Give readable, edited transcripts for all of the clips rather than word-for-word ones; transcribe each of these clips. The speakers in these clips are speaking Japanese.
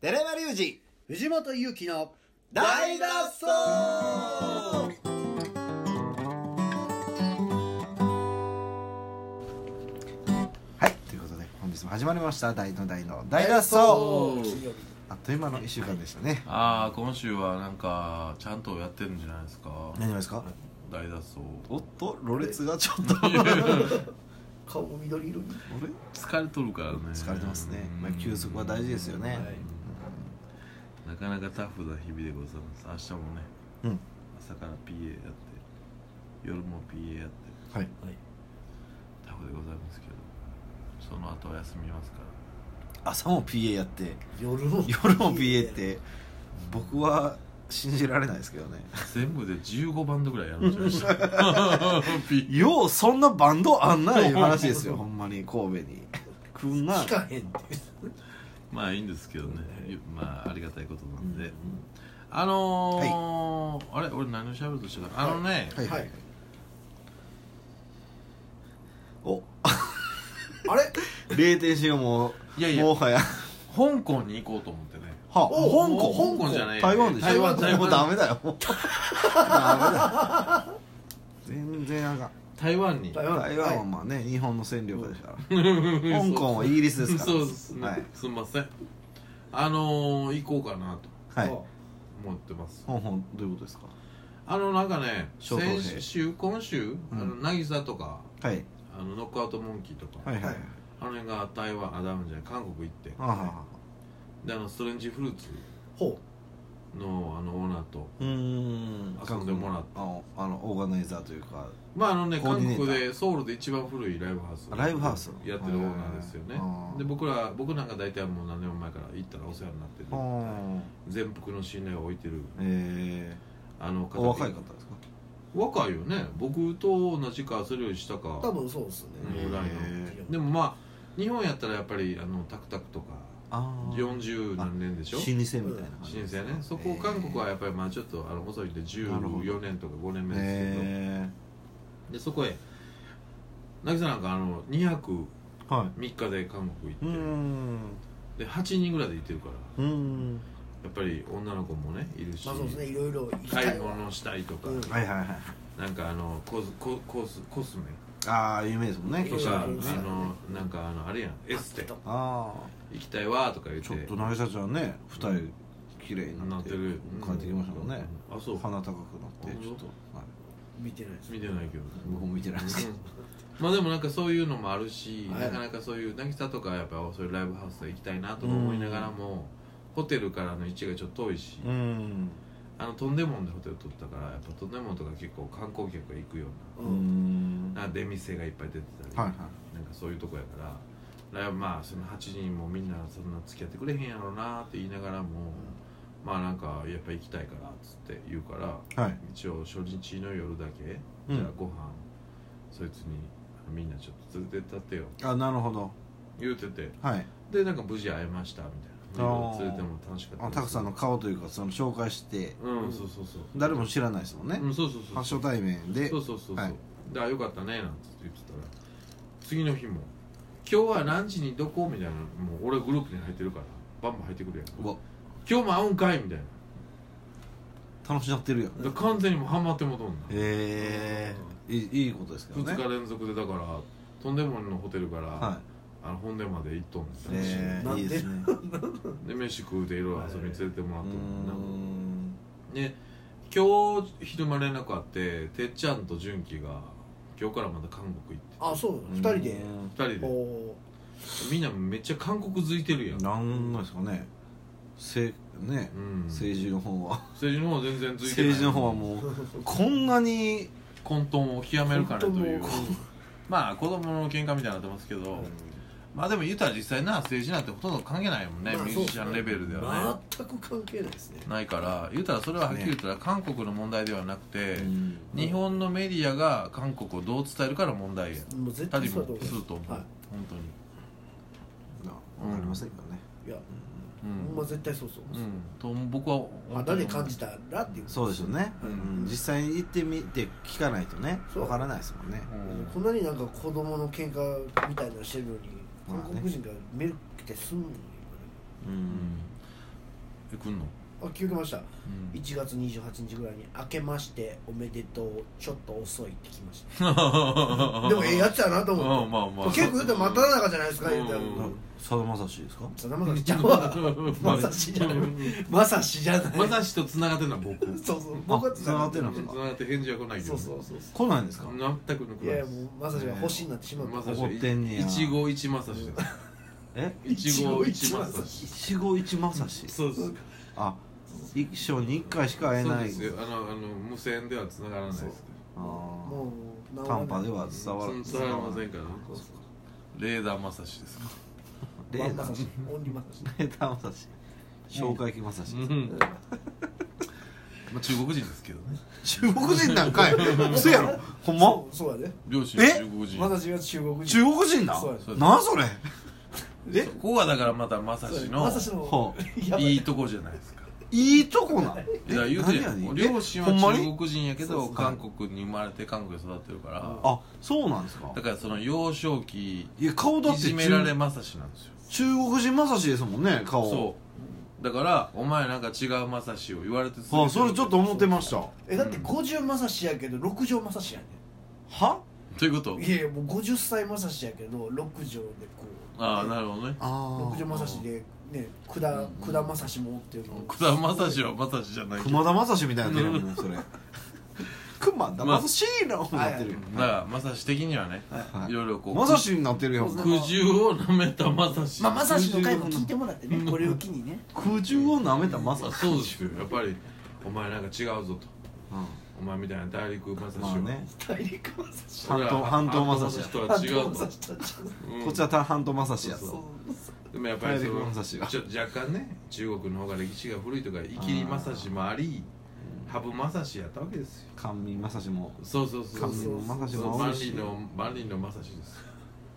寺山隆二藤本勇樹の大脱走。はい、ということで本日も始まりました大の大の大脱走。あっという間の1週間でしたね。 今週はなんかちゃんとやってるんじゃないですか。 何ですか？ 大脱走。 おっと、ろれつがちょっと顔も緑色に疲れとるからね。 疲れてますね。まあ、休息は大事ですよね。 なかなかタフな日々でございます。明日もね、朝から PA やって夜も PA やって、 はい、 タフでございますけど、その後は休みますから。 朝も PA やって夜も PA って僕は信じられないですけどね。 全部で15バンドぐらいやるんじゃないですか。 ようそんなバンドあんないう話ですよ。ほんまに神戸に来んな。 聞かへんってまあいいんですけどね、まあありがたいことなんで、あれ俺何をしゃべるとしたかな、 はいはい、おあれ 0点しよう。もうもはや香港に行こうと思ってね。 は香港じゃないよ、 台湾でしょ。 台湾もうダメだよ。もうダメだ。全然あかん。 台湾はまあね、日本の占領下ですから香港はイギリスですから。 そうですね、はい、すみません。行こうかなと思ってます。 どういうことですか？ なんかね、今週渚とか、 はい、 ノックアウトモンキーとか、 はいはい、 あの辺が台湾、ダウンじゃない、韓国行って、でストレンジフルーツのオーナーと遊んでもらって、 オーガナイザーというか、 韓国でソウルで一番古いライブハウスやってるオーナーですよね。で僕なんか大体もう何年も前から行ったらお世話になってる全幅の信頼を置いてるお若い方ですか？ 若いよね。僕と同じかそれより下か多分そうですねぐらいの。でもまあ日本やったらやっぱりタクタクとか40何年でしょ、 老舗みたいな老舗やね。そこ韓国はやっぱりまあちょっと遅いんで14年とか5年目ですけど、でそこへ渚なんか2泊3日で韓国行ってで8人ぐらいで行ってるから、やっぱり女の子もねいるし、 そうですね、いろいろ買い物したりとか、なんかコスメ有名ですもんね。 とかなんかあれやん、エステ行きたいわとか言って、 ちょっと渚ちゃんね二人綺麗になって帰ってきましたもんね。 そう、 鼻高くなってちょっと見てないです。 見てないけど僕も見てないですけど、 まあでもなんかそういうのもあるし、なかなかそういう渚とかやっぱそういうライブハウス行きたいなとか思いながらも、ホテルからの位置がちょっと遠いし、トンデモンでホテル取ったから、やっぱトンデモンとか結構観光客が行くような出店がいっぱい出てたり、なんかそういうとこやから、まあその8人もみんなそんな付き合ってくれへんやろうなって言いながらも、まあなんかやっぱ行きたいからっつって言うから、一応初日の夜だけ、じゃあご飯そいつにみんなちょっと連れてったってよ。 なるほど言うてて、でなんか無事会えましたみたいな。連れても楽しかったです。 たくさんの顔というかその紹介して、 そう誰も知らないですもんね。初対面で、 でよかったねなんて言ってたら、次の日も今日は何時にどこみたいな、もう俺グループに入ってるからバンバン入ってくるやん。今日も会うんかいみたいな。 楽しなってるやん。 完全にもうハマってもとんな。 いいことですけどね。 2日連続でだからとんでものホテルから本殿まで行っとんですよ。 いいですね。 で飯食うていろいろ遊びに連れてもらったもんな。で今日昼間連絡あって、てっちゃんと純喜が今日からまた韓国行って。 そう、2人でみんなめっちゃ韓国づいてるやん。 なんですかね。政治の方は全然づいてない。 政治の方はもうこんなに混沌を極めるからという、まあ子供の喧嘩みたいになってますけど、まあでも言うたら実際な政治なんてほとんど関係ないもんね、ミュージシャンレベルではね。 全く関係ないですね。 ないから言うたらそれははっきり言ったら韓国の問題ではなくて、日本のメディアが韓国をどう伝えるかの問題や。 絶対そうだと思う。 すると思う、本当に。 わかりませんからね。 いや、絶対そうと僕は肌で感じたらっていう。 そうですよね。実際に行ってみて聞かないとね、わからないですもんね。 こんなになんか子供の喧嘩みたいなのしてるのに韓国人がメール来てすんのに、 来んの？ あ、聞きました、1月28日ぐらいに「明けましておめでとう、ちょっと遅い」って来ましたでもやつやなと思って、まあ、結構言うと真っ只中じゃないですか、言うてさだまさしですか？ さだまさしちゃうわまさしじゃないまさしじゃないまさしと繋がってんのは僕そう僕は繋がってるんですか？ 繋がって返事は来ないけどそう来ないんですか？ 全く来ない。 いやもうまさしが星になってしまったまさし怒ってんねや。 一期一まさしです。 え？ 一期一まさし。 一期一まさし。 そうです。 あ、一生に一回しか会えない。 そうですよ。無線では繋がらないです。 もう短波では伝わらませんからね。レーダーまさしですか。 レーダーまさし、オンリーまさし、 レーダーまさし、紹介機まさし。 まあ中国人ですけどね。 中国人なんかい。嘘やろ。ほんま？ そうやで。 両親中国人。 まさしが中国人。 中国人だ。なんそれ。 ここがだからまたまさしのいいとこじゃないですか。 いいとこな。 いや言うて両親は中国人やけど韓国に生まれて韓国で育ってるから。 あ、そうなんですか。 だからその幼少期いや顔だっていじめられまさしなんですよ。 中国人まさしですもんね、顔。 そうだからお前なんか違うまさしを言われてあ、それちょっと思ってました。 だって50まさしやけど6畳まさしやねん。 は？ ということ？ いやいやもう50歳まさしやけど6畳でこう。 ああなるほどね。 6畳まさしでね、久田まさしもっていうの。 久田まさしはまさしじゃない。 熊田まさしみたいになってるもんそれ。熊田まさしのなってる。 だからまさし的にはね、いろいろこうまさしになってるよ。 苦渋を舐めたまさし。 まさしの回も聞いてもらってね、これを機にね。 苦渋を舐めたまさし。 そうですよ。やっぱりお前なんか違うぞと。お前みたいな大陸まさしをね。大陸まさし。 半島まさしとは違うと。 こっちは半島まさしやと。 でもやっぱりそのちょっと若干ね、中国の方が歴史が古いとかイキリまさしもあり、羽生まさしやったわけですよ。 甘味まさしも。 そう甘味のまさしも万里のまさしです。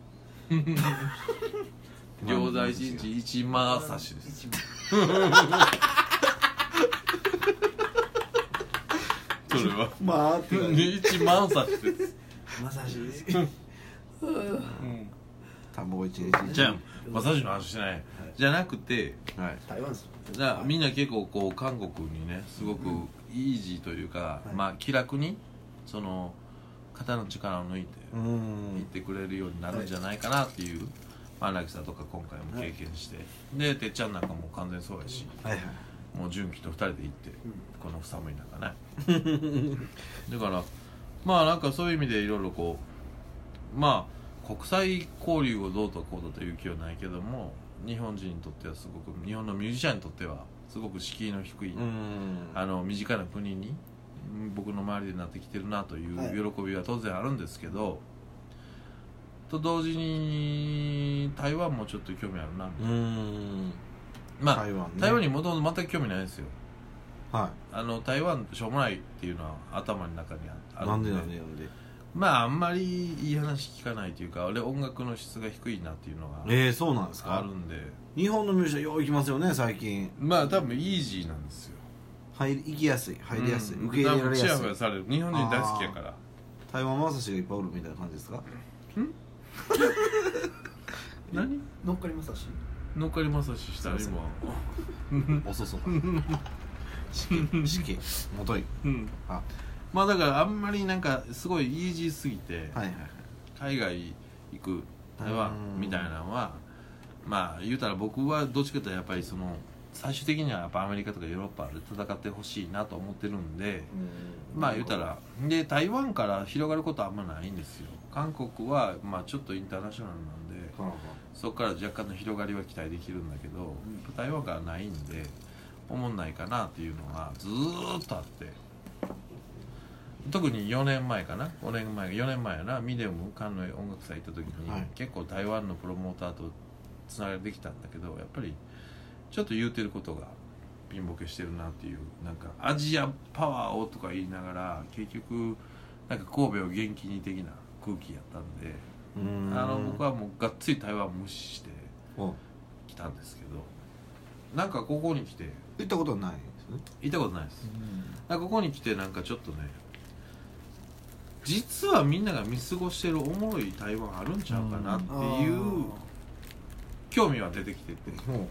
餃子一日一まさしです。それはまあって一万さしです。 まさし。 田んぼ一日。 じゃあまさしの話しない。じゃなくて、 台湾です。 じゃあみんな結構こう韓国にねすごくイージーというか、まあ気楽にその肩の力を抜いて行ってくれるようになるんじゃないかなっていう、まあ渚とか今回も経験して、でてっちゃんなんかも完全そうやし、もう純喜と2人で行って、この寒い中ねだからまあなんかそういう意味でいろいろこうまあ国際交流をどうとこうだという気はないけども、日本人にとってはすごく、日本のミュージシャンにとってはすごく敷居の低い身近な国に僕の周りでなってきてるなという喜びは当然あるんですけど、と同時に台湾もちょっと興味あるな。まあ台湾にもともと全く興味ないんですよ。台湾しょうもないっていうのは頭の中にあるんで。まああんまりいい話聞かないというか、俺音楽の質が低いなっていうのがそうなんですか。 あるんで、 日本のミュージシャンよう行きますよね最近。 まあ多分イージーなんですよ。 行きやすい、入りやすい、受け入れられやすい。 チヤホヤされる。日本人大好きやから。 台湾まさしがいっぱいおるみたいな感じですか？ 何？ 乗っかりまさし？ 乗っかりまさししたら今遅そう式もとい。 まあだからあんまりなんかすごいイージーすぎて、海外行く台湾みたいなのはまあ言うたら僕はどっちかというとやっぱりその最終的にはやっぱアメリカとかヨーロッパで戦ってほしいなと思ってるんで、まあ言うたらで台湾から広がることはあんまないんですよ。韓国はまあちょっとインターナショナルなんで、そこから若干の広がりは期待できるんだけど、台湾からないんで思んないかなっていうのがずーっとあって、特に4年前かな、4年前やな、ミデオムカンヌ音楽祭行った時に、結構台湾のプロモーターとつながりできたんだけど、やっぱりちょっと言うてることがピンボケしてるなっていう、なんかアジアパワーをとか言いながら結局なんか神戸を元気に的な空気やったんで、僕はもうがっつり台湾無視してきたんですけど、なんかここに来て行ったことないですね。 行ったことないです。ここに来てなんかちょっとね、実はみんなが見過ごしてるおもろい台湾あるんちゃうかなっていう興味は出てきてて、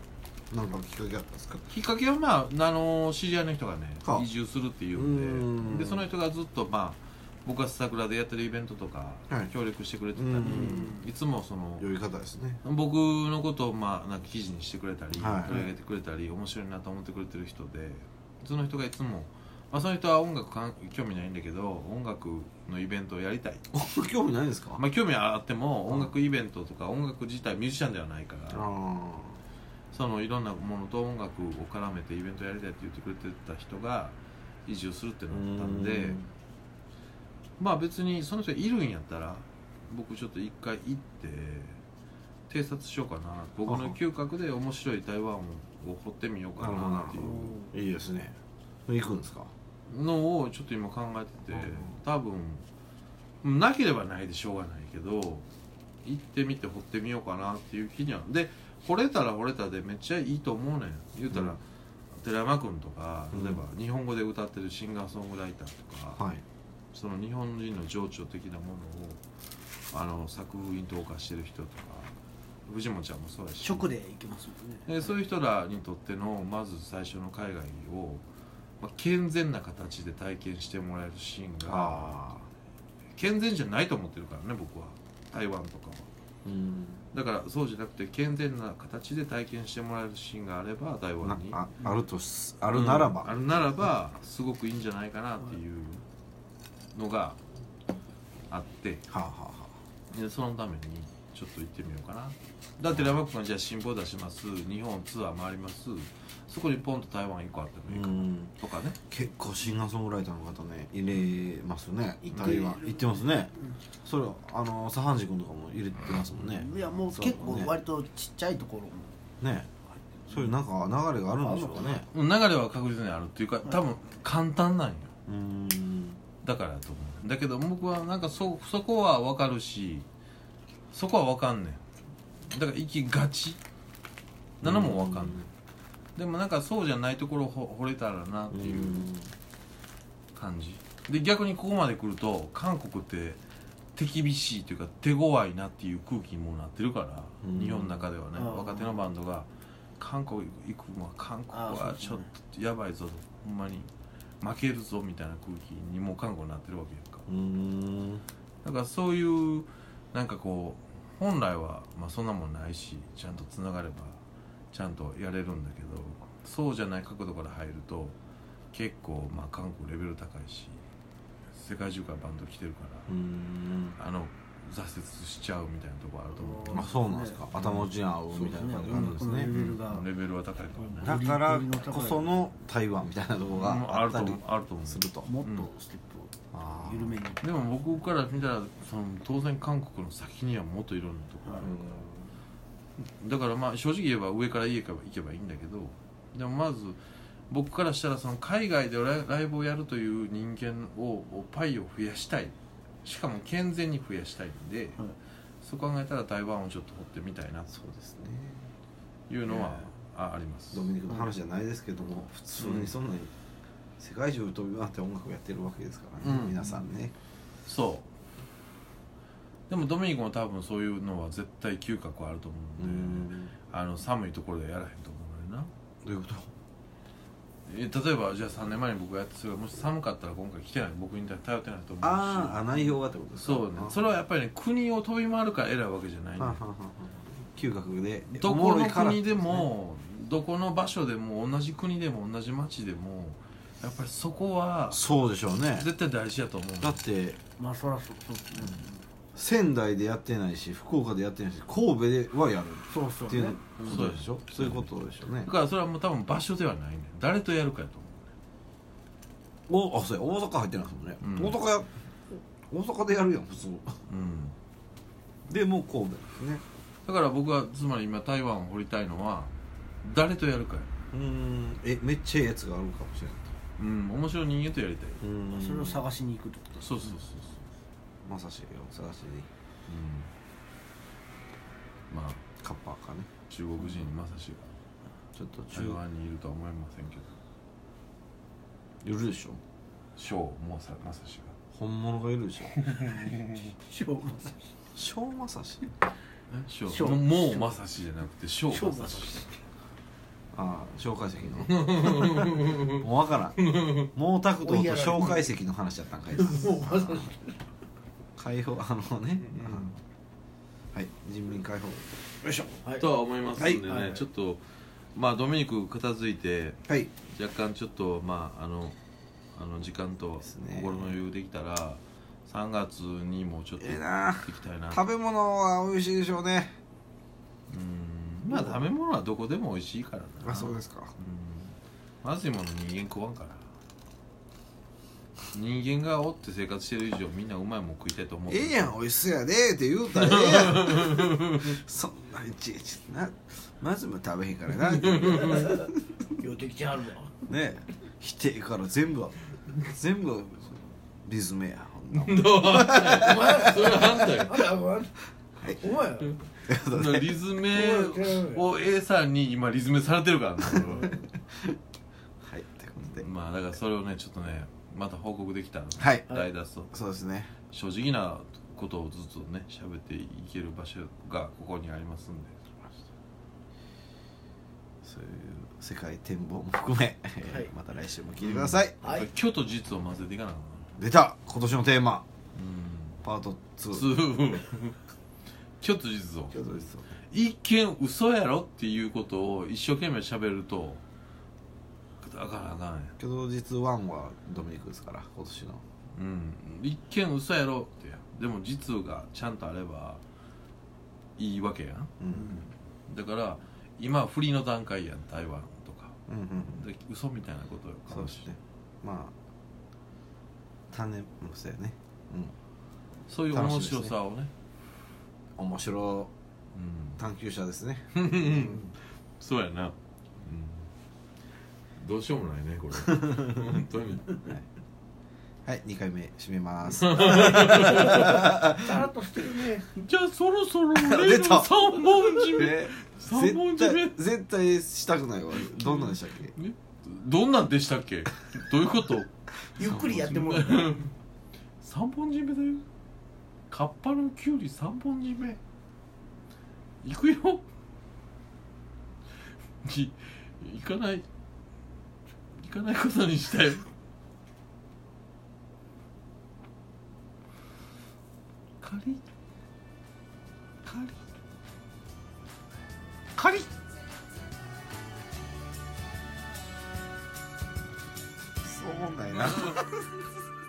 なんかきっかけあったんですか？ きっかけは知り合いの人がね移住するっていうんでその人がずっと僕が桜でやってるイベントとか協力してくれてたり、いつもその良い方ですね。 僕のことをなんか記事にしてくれたり、 はい、 取り上げてくれたり面白いなと思ってくれてる人で、その人がいつも、その人は音楽興味ないんだけど音楽のイベントをやりたい。 興味ないんですか？ 興味あっても音楽イベントとか音楽自体ミュージシャンではないから、そのいろんなものと音楽を絡めてイベントやりたいって言ってくれてた人が移住するってなったんで、別にその人いるんやったら僕ちょっと一回行って偵察しようかな、僕の嗅覚で面白い台湾を掘ってみようかなっていう。 いいですね。行くんですか？ のをちょっと今考えてて、多分なければないでしょうがないけど行ってみて掘ってみようかなっていう気には。で掘れたら掘れたでめっちゃいいと思うねん。言うたら、寺山君とか例えば日本語で歌ってるシンガーソングライターとか、その日本人の情緒的なものを作品と化してる人とか、藤本ちゃんもそうやし直で行けますもんね。 そういう人らにとってのまず最初の海外を健全な形で体験してもらえるシーンが健全じゃないと思ってるからね、僕は台湾とかは。だからそうじゃなくて健全な形で体験してもらえるシーンがあれば台湾にあるならば、 あるならばすごくいいんじゃないかなっていうのがあって、でそのためにちょっと行ってみようかな。だってラマックがじゃあ新報出します、日本ツアー回ります、そこにポンと台湾1個あってもいいかとかね。 結構シンガーソングライターの方ね入れますね。台湾行ってますね。それ左半次君とかも入れてますもんね。 いやもう結構割とちっちゃいところもね、そういうなんか流れがあるんでしょうかね。 流れは確実にあるっていうか多分簡単なんよ。だからと思う。だけど僕はなんかそこは分かるし、そこは分かんねん。だから行きがちなのも分かんねん。でもなんかそうじゃないところを掘れたらなっていう感じで、逆にここまで来ると韓国って手厳しいというか手強いなっていう空気にもなってるから、日本の中ではね、若手のバンドが韓国行くのは韓国はちょっとやばいぞ、ほんまに負けるぞみたいな空気にもう韓国になってるわけやんか。だからそういうなんかこう本来はそんなもんないし、ちゃんとつながればちゃんとやれるんだけど、そうじゃない角度から入ると結構韓国レベル高いし、世界中からバンド来てるから挫折しちゃうみたいなところあると思う。 そうなんですか。頭打ちに合うみたいな感じがあるんですね。 レベルは高いからね。だからこその台湾みたいなところがあったりすると、 もっとステップを緩めに。 でも僕から見たら当然韓国の先にはもっといろんなところあるから、だから正直言えば上から行けばいいんだけど、でもまず僕からしたらその海外でライブをやるという人間をパイを増やしたい、しかも健全に増やしたいんで、そう考えたら台湾をちょっと掘ってみたいなというのはあります。 ドミニクの話じゃないですけども、普通にそんなに世界中飛び回って音楽をやってるわけですからね、皆さんね。 そうでもドミニクも多分そういうのは絶対嗅覚はあると思うんで、寒いところでやらへんと思うのよな。 どういうこと？ 例えばじゃあ3年前に僕がやって、それがもし寒かったら今回来てない、僕に頼ってないと思うし。 内容がってことですか？ そうね。それはやっぱりね、国を飛び回るから偉いわけじゃないね。 嗅覚でどこの国でもどこの場所でも同じ国でも同じ町でもやっぱりそこはそうでしょうね。 絶対大事だと思う。 だってそらそうですね。 仙台でやってないし、福岡でやってないし、神戸ではやるっていうことでしょ。そういうことでしょうね。 だからそれはもう多分場所ではないね。誰とやるかやと思うね。そうや、大阪入ってないですもんね。大阪でやるやん普通。でもう神戸ですね。 だから僕はつまり今台湾を掘りたいのは誰とやるかや。 めっちゃいいやつがあるかもしれない。 面白い人間とやりたい。 それを探しに行くってことです。 そうまさしを探しに。カッパーかね。 中国人まさしがちょっと台湾にいるとは思いませんけど。いるでしょ。 小まさしが。 本物がいるでしょ。 小まさし。 もうまさしじゃなくて小まさし。 紹介席のもう分からん毛沢東と紹介席の話だったんかい解放ね、はい人民解放よいしょ、 とは思いますんでね、ちょっとドミニク片付いて、若干ちょっと時間と心の余裕できたら3月にもちょっと行ってきたいな。 食べ物は美味しいでしょうね。 食べ物はどこでも美味しいからな。 そうですか。 まずいもの人間食わんから。人間がおって生活してる以上みんなうまいもん食いたいと思う。 やん美味しそうやでって言うたらやんそんないちいちまずも食べへんからな予定きてはるわねえ否定から全部リズムやお前それ反対お前リズメを A さんに今リズメされてるからねはいってことでだからそれをねちょっとねまた報告できたら大脱走そうですね正直なことをずつね喋っていける場所がここにありますんでそういう世界展望も含めまた来週も聞いてください。 虚と実を混ぜていかなかな。 出た今年のテーマパート2 虚と実を一見嘘やろっていうことを一生懸命喋るとあかんあかん。 虚と実1はドミニクですから今年の一見嘘やろってでも実がちゃんとあればいいわけやん、だから今振りの段階やん台湾とか、で嘘みたいなことよかもしれない。種もそうやね、 そういう面白さをね面白探求者ですねそうやな、どうしようもないねこれ本当にはい、2回目締めますさらっとしてるね。 じゃあそろそろ俺の3本締め3本締め絶対したくないわ。どんなんでしたっけ、 どんなんでしたっけどういうことゆっくりやってもらう 3本締めだよ。カッパのキュウリ3本締めいくよ行かないことにしたよ。カリそうもんないな